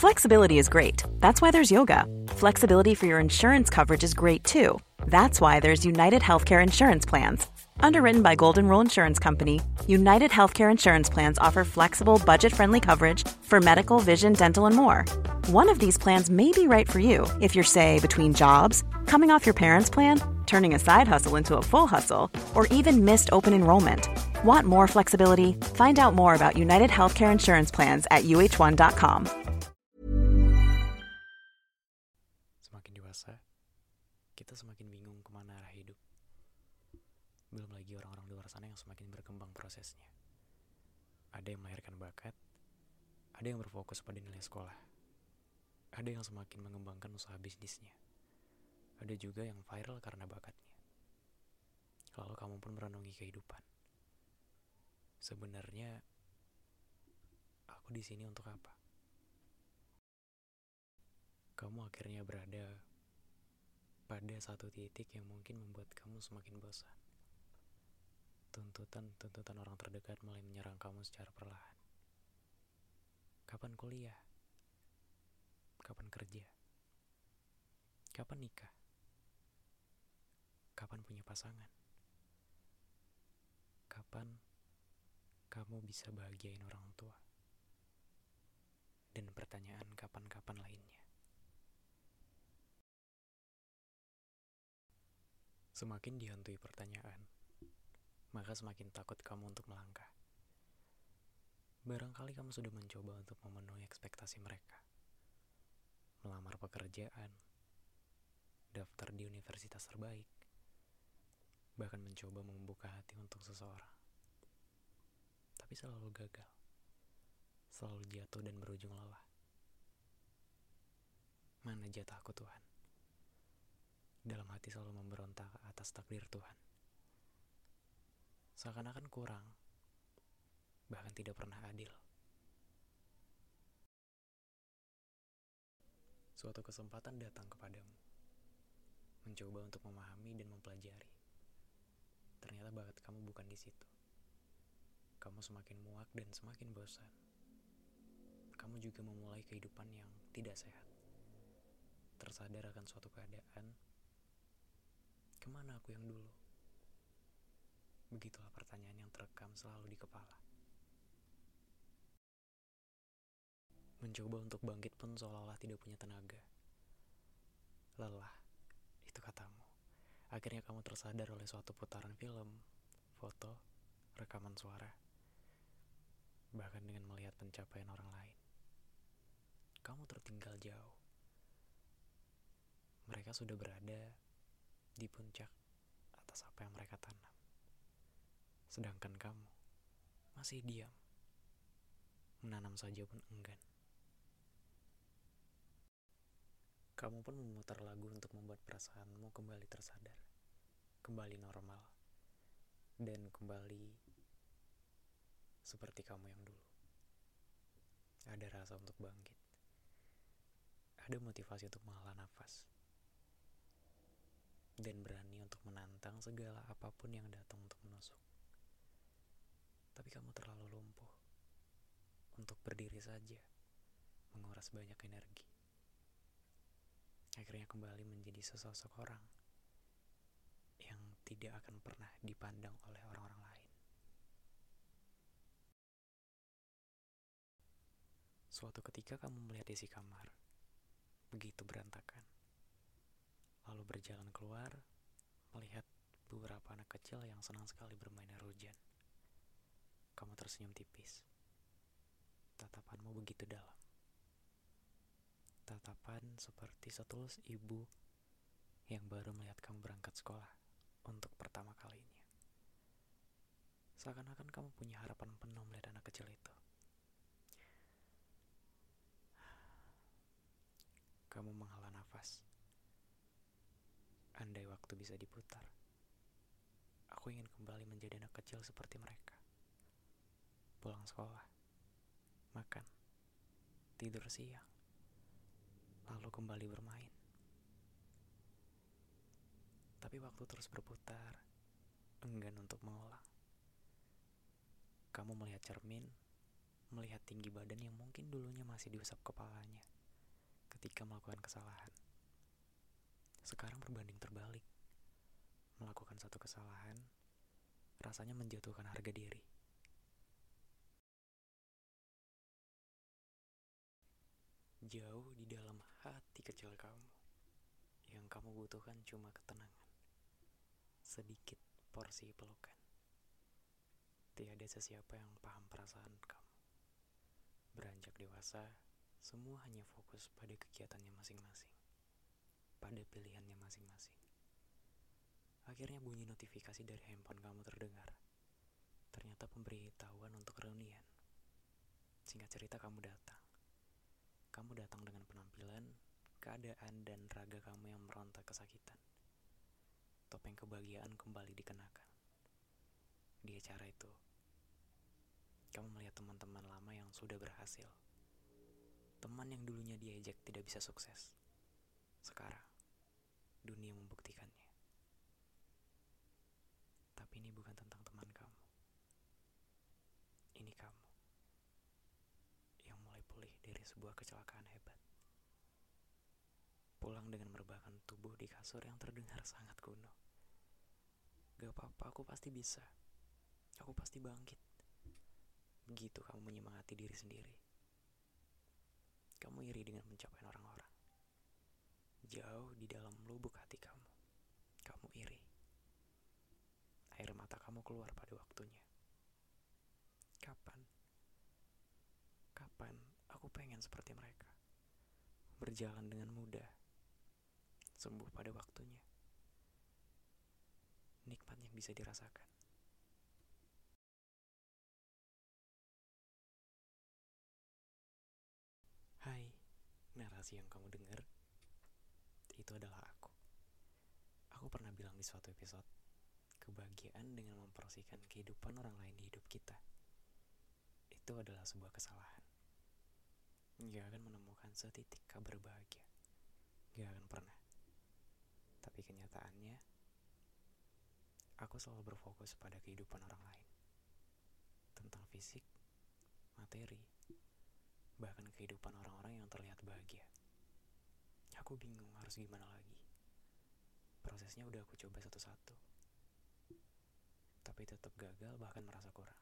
Flexibility is great. That's why there's yoga. Flexibility for your insurance coverage is great too. That's why there's United Healthcare Insurance Plans. Underwritten by Golden Rule Insurance Company, United Healthcare Insurance Plans offer flexible, budget-friendly coverage for medical, vision, dental, and more. One of these plans may be right for you if you're, say, between jobs, coming off your parents' plan, turning a side hustle into a full hustle, or even missed open enrollment. Want more flexibility? Find out more about United Healthcare Insurance Plans at uh1.com. Semakin dewasa, kita semakin bingung kemana arah hidup. Belum lagi orang-orang di luar sana yang semakin berkembang prosesnya. Ada yang melahirkan bakat, ada yang berfokus pada nilai sekolah, ada yang semakin mengembangkan usaha bisnisnya, ada juga yang viral karena bakatnya. Lalu kamu pun merenungi kehidupan. Sebenarnya, aku di sini untuk apa? Kamu akhirnya berada pada satu titik yang mungkin membuat kamu semakin bosan. Tuntutan orang terdekat mulai menyerang kamu secara perlahan. Kapan kuliah? Kapan kerja? Kapan nikah? Kapan punya pasangan? Kapan kamu bisa bahagiain orang tua? Dan pertanyaan kapan-kapan lainnya. Semakin dihantui pertanyaan, maka semakin takut kamu untuk melangkah. Barangkali kamu sudah mencoba untuk memenuhi ekspektasi mereka. Melamar pekerjaan, daftar di universitas terbaik, bahkan mencoba membuka hati untuk seseorang. Tapi selalu gagal, selalu jatuh dan berujung lelah. Mana jatahku Tuhan? Dalam hati selalu memberontak atas takdir Tuhan. Seakan-akan kurang, bahkan tidak pernah adil. Suatu kesempatan datang kepadamu, mencoba untuk memahami dan mempelajari. Ternyata bakat kamu bukan di situ. Kamu semakin muak dan semakin bosan. Kamu juga memulai kehidupan yang tidak sehat. Tersadar akan suatu keadaan, kemana aku yang dulu? Begitulah pertanyaan yang terekam selalu di kepala. Mencoba untuk bangkit pun seolah-olah tidak punya tenaga. Lelah, itu katamu. Akhirnya kamu tersadar oleh suatu putaran film, foto, rekaman suara. Bahkan dengan melihat pencapaian orang lain. Kamu tertinggal jauh. Mereka sudah berada di puncak atas apa yang mereka tanam. Sedangkan kamu masih diam. Menanam saja pun enggan. Kamu pun memutar lagu untuk membuat perasaanmu kembali tersadar, kembali normal, dan kembali seperti kamu yang dulu. Ada rasa untuk bangkit. Ada motivasi untuk menghela nafas. Dan berani untuk menantang segala apapun yang datang untuk menusuk. Tapi kamu terlalu lumpuh untuk berdiri saja, menguras banyak energi. Akhirnya kembali menjadi sesosok orang yang tidak akan pernah dipandang oleh orang-orang lain. Suatu ketika kamu melihat isi kamar, begitu berantakan. Lalu berjalan keluar, melihat beberapa anak kecil yang senang sekali bermain air hujan. Kamu tersenyum tipis. Tatapanmu begitu dalam. Tatapan seperti setulus ibu yang baru melihat kamu berangkat sekolah untuk pertama kalinya. Seakan-akan kamu punya harapan penuh melihat anak kecil itu. Kamu menghela nafas. Andai waktu bisa diputar, aku ingin kembali menjadi anak kecil seperti mereka. Pulang sekolah, makan, tidur siang, lalu kembali bermain. Tapi waktu terus berputar, enggan untuk mengulang. Kamu melihat cermin, melihat tinggi badan yang mungkin dulunya masih diusap kepalanya. ketika melakukan kesalahan. Sekarang berbanding terbalik. Melakukan satu kesalahan, rasanya menjatuhkan harga diri. Jauh di dalam hati kecil kamu, yang kamu butuhkan cuma ketenangan. Sedikit porsi pelukan. Tiada sesiapa yang paham perasaan kamu. Beranjak dewasa, semua hanya fokus pada kegiatannya masing-masing, pada pilihannya masing-masing. Akhirnya bunyi notifikasi dari handphone kamu terdengar. Ternyata pemberitahuan untuk reunian. Singkat cerita, kamu datang. Kamu datang dengan penampilan, keadaan, dan raga kamu yang meronta kesakitan. Topeng kebahagiaan kembali dikenakan. Di acara itu, kamu melihat teman-teman lama yang sudah berhasil. Teman yang dulunya diajak tidak bisa sukses. Sekarang, dunia membuktikannya. Tapi ini bukan tentang teman kamu. Ini kamu yang mulai pulih dari sebuah kecelakaan hebat. Pulang dengan merebahkan tubuh di kasur yang terdengar sangat kuno. Gak apa-apa, aku pasti bisa. Aku pasti bangkit. Begitu kamu menyemangati diri sendiri. Kamu iri dengan pencapaian orang-orang. Jauh di dalam lubuk hati kamu, kamu iri. Air mata kamu keluar pada waktunya. Kapan? Kapan aku pengen seperti mereka? Berjalan dengan mudah. Sembuh pada waktunya. Nikmat yang bisa dirasakan. Hai, narasi yang kamu dengar itu adalah aku. Aku pernah bilang di suatu episode, kebahagiaan dengan memporsikan kehidupan orang lain di hidup kita itu adalah sebuah kesalahan. Gak akan menemukan setitik kabar bahagia. Gak akan pernah. Tapi kenyataannya, aku selalu berfokus pada kehidupan orang lain. Tentang fisik, materi, bahkan kehidupan orang-orang yang terlihat bahagia. Aku bingung harus gimana lagi. Prosesnya udah aku coba satu-satu. Tapi tetap gagal, bahkan merasa kurang.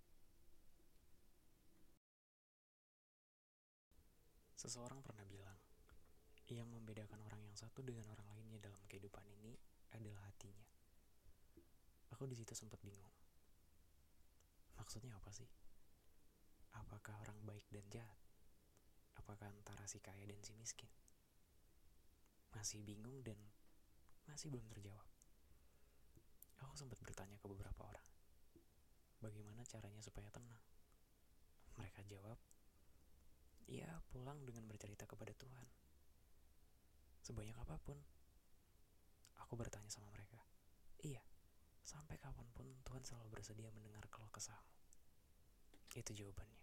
Seseorang pernah bilang, yang membedakan orang yang satu dengan orang lainnya dalam kehidupan ini adalah hatinya. Aku di situ sempat bingung. Maksudnya apa sih? Apakah orang baik dan jahat? Apakah antara si kaya dan si miskin? Masih bingung dan masih belum terjawab. Aku sempat bertanya ke beberapa orang, bagaimana caranya supaya tenang? Mereka jawab, ya pulang dengan bercerita kepada Tuhan. Sebanyak apapun. Aku bertanya sama mereka, iya, sampai kapanpun Tuhan selalu bersedia mendengar keluh kesahmu. Itu jawabannya.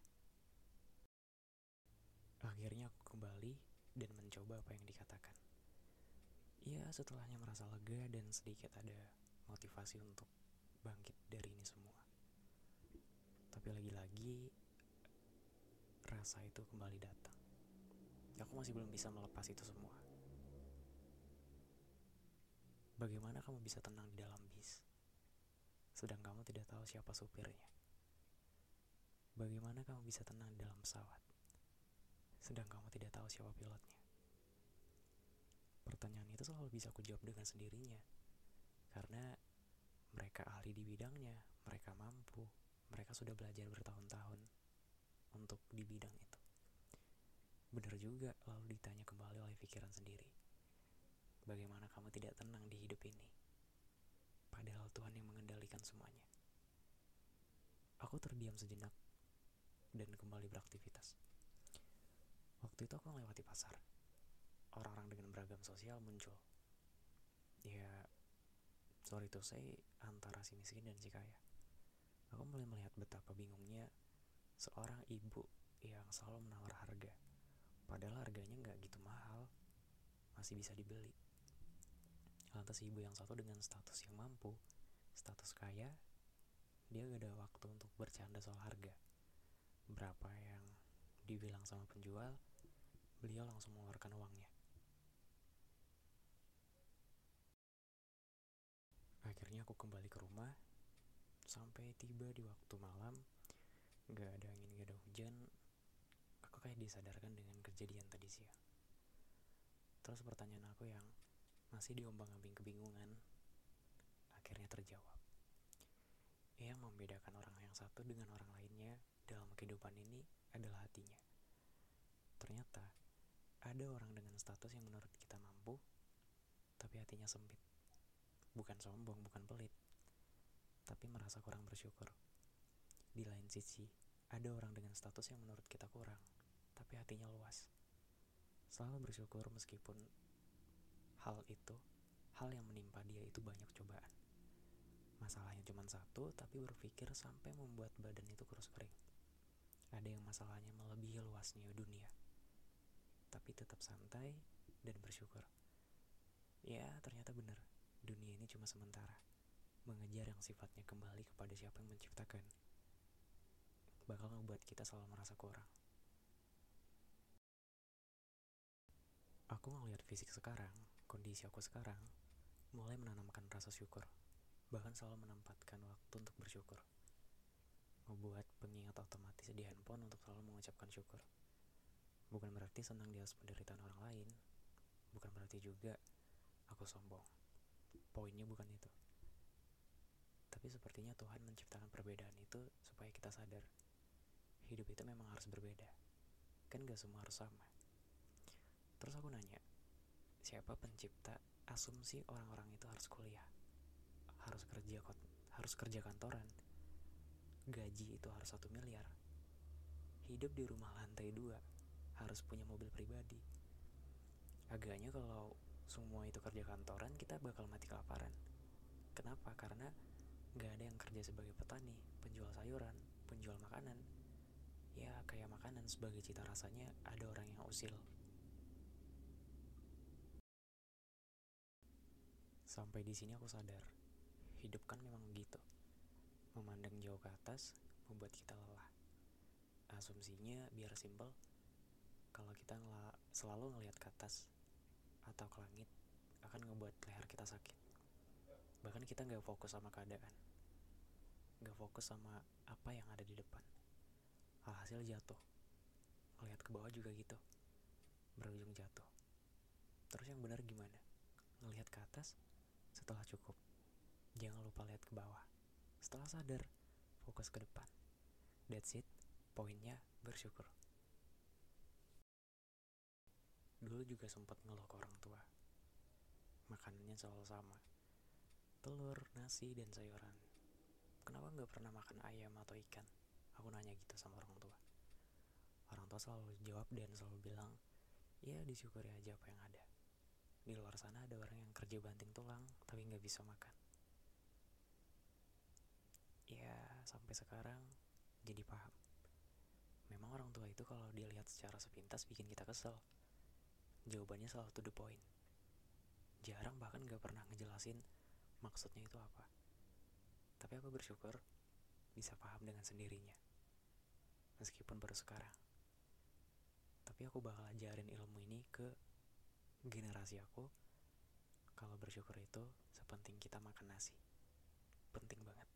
Akhirnya aku kembali dan mencoba apa yang dikatakan. Ya, setelahnya merasa lega dan sedikit ada motivasi untuk bangkit dari ini semua. Tapi lagi-lagi rasa itu kembali datang. Aku masih belum bisa melepas itu semua. Bagaimana kamu bisa tenang di dalam bis, sedang kamu tidak tahu siapa supirnya? Bagaimana kamu bisa tenang di dalam pesawat, sedang kamu tidak tahu siapa pilotnya? Pertanyaan itu selalu bisa aku jawab dengan sendirinya, karena mereka ahli di bidangnya, mereka mampu, mereka sudah belajar bertahun-tahun untuk di bidang itu. Benar juga, lalu ditanya kembali oleh pikiran sendiri. Bagaimana kamu tidak tenang di hidup ini? Padahal Tuhan yang mengendalikan semuanya. Aku terdiam sejenak dan kembali beraktivitas. Waktu itu aku melewati pasar. Orang-orang dengan beragam sosial muncul. Ya, sorry to say, antara si miskin dan si kaya. Aku mulai melihat betapa bingungnya seorang ibu yang selalu menawar harga. Padahal harganya gak gitu mahal, masih bisa dibeli. Lantas ibu yang satu dengan status yang mampu, status kaya, dia gak ada waktu untuk bercanda soal harga. Berapa yang dibilang sama penjual, beliau langsung mengeluarkan menggunakan uangnya. Akhirnya aku kembali ke rumah. Sampai tiba di waktu malam, gak ada angin, gak ada hujan. Aku kayak disadarkan dengan kejadian tadi siang. Terus pertanyaan aku yang masih diombang-ambing kebingungan akhirnya terjawab. Yang membedakan orang yang satu dengan orang lainnya dalam kehidupan ini adalah hatinya. Ternyata ada orang dengan status yang menurut kita mampu, tapi hatinya sempit. Bukan sombong, bukan pelit, tapi merasa kurang bersyukur. Di lain sisi, ada orang dengan status yang menurut kita kurang, tapi hatinya luas. Selalu bersyukur meskipun hal yang menimpa dia itu banyak cobaan. Masalahnya cuma satu, tapi berpikir sampai membuat badan itu kurus kering. Ada yang masalahnya melebihi luasnya dunia, tapi tetap santai dan bersyukur. Ya, ternyata benar, dunia ini cuma sementara. Mengejar yang sifatnya kembali kepada siapa yang menciptakan bakal membuat kita selalu merasa kurang. Aku ngelihat fisik sekarang, kondisi aku sekarang, mulai menanamkan rasa syukur. Bahkan selalu menempatkan waktu untuk bersyukur. Membuat pengingat otomatis di handphone untuk selalu mengucapkan syukur. Bukan berarti senang di atas penderitaan orang lain. Bukan berarti juga aku sombong. Poinnya bukan itu. Tapi sepertinya Tuhan menciptakan perbedaan itu supaya kita sadar. Hidup itu memang harus berbeda. Kan gak semua harus sama. Terus aku nanya, siapa pencipta asumsi orang-orang itu harus kuliah? Harus kerja kantoran. Gaji itu harus 1 miliar. Hidup di rumah lantai 2. Harus punya mobil pribadi. Agaknya kalau semua itu kerja kantoran, kita bakal mati kelaparan. Kenapa? Karena gak ada yang kerja sebagai petani, penjual sayuran, penjual makanan. Ya kayak makanan sebagai cita rasanya ada orang yang usil. Sampai di sini aku sadar, hidup kan memang begitu. Memandang jauh ke atas membuat kita lelah. Asumsinya biar simpel, kalau kita selalu ngelihat ke atas atau ke langit akan ngebuat leher kita sakit. Bahkan kita gak fokus sama keadaan, gak fokus sama apa yang ada di depan. Alhasil jatuh. Ngelihat ke bawah juga gitu, berujung jatuh. Terus yang benar gimana? Ngelihat ke atas setelah cukup, jangan lupa lihat ke bawah. Setelah sadar, fokus ke depan. That's it. Poinnya bersyukur. Dulu juga sempat ngeluh ke orang tua. Makanannya selalu sama, telur, nasi, dan sayuran. Kenapa gak pernah makan ayam atau ikan? Aku nanya gitu sama orang tua. Orang tua selalu jawab dan selalu bilang, ya disyukuri aja apa yang ada. Di luar sana ada orang yang kerja banting tulang tapi gak bisa makan. Ya sampai sekarang jadi paham. Memang orang tua itu kalau dilihat secara sepintas bikin kita kesel. Jawabannya selalu to the point. Jarang bahkan gak pernah ngejelasin maksudnya itu apa. Tapi aku bersyukur bisa paham dengan sendirinya. Meskipun baru sekarang. Tapi aku bakal ajarin ilmu ini ke generasi aku. Kalau bersyukur itu sepenting kita makan nasi. Penting banget.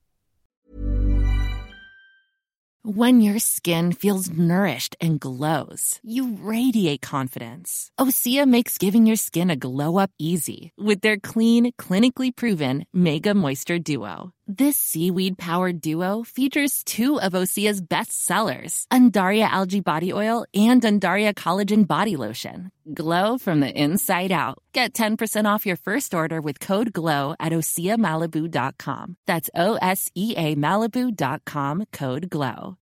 When your skin feels nourished and glows, you radiate confidence. Osea makes giving your skin a glow up easy with their clean, clinically proven Mega Moisture Duo. This seaweed-powered duo features 2 of Osea's best sellers, Undaria Algae Body Oil and Undaria Collagen Body Lotion. Glow from the inside out. Get 10% off your first order with code GLOW at OseaMalibu.com. That's OSEA Malibu.com, code GLOW.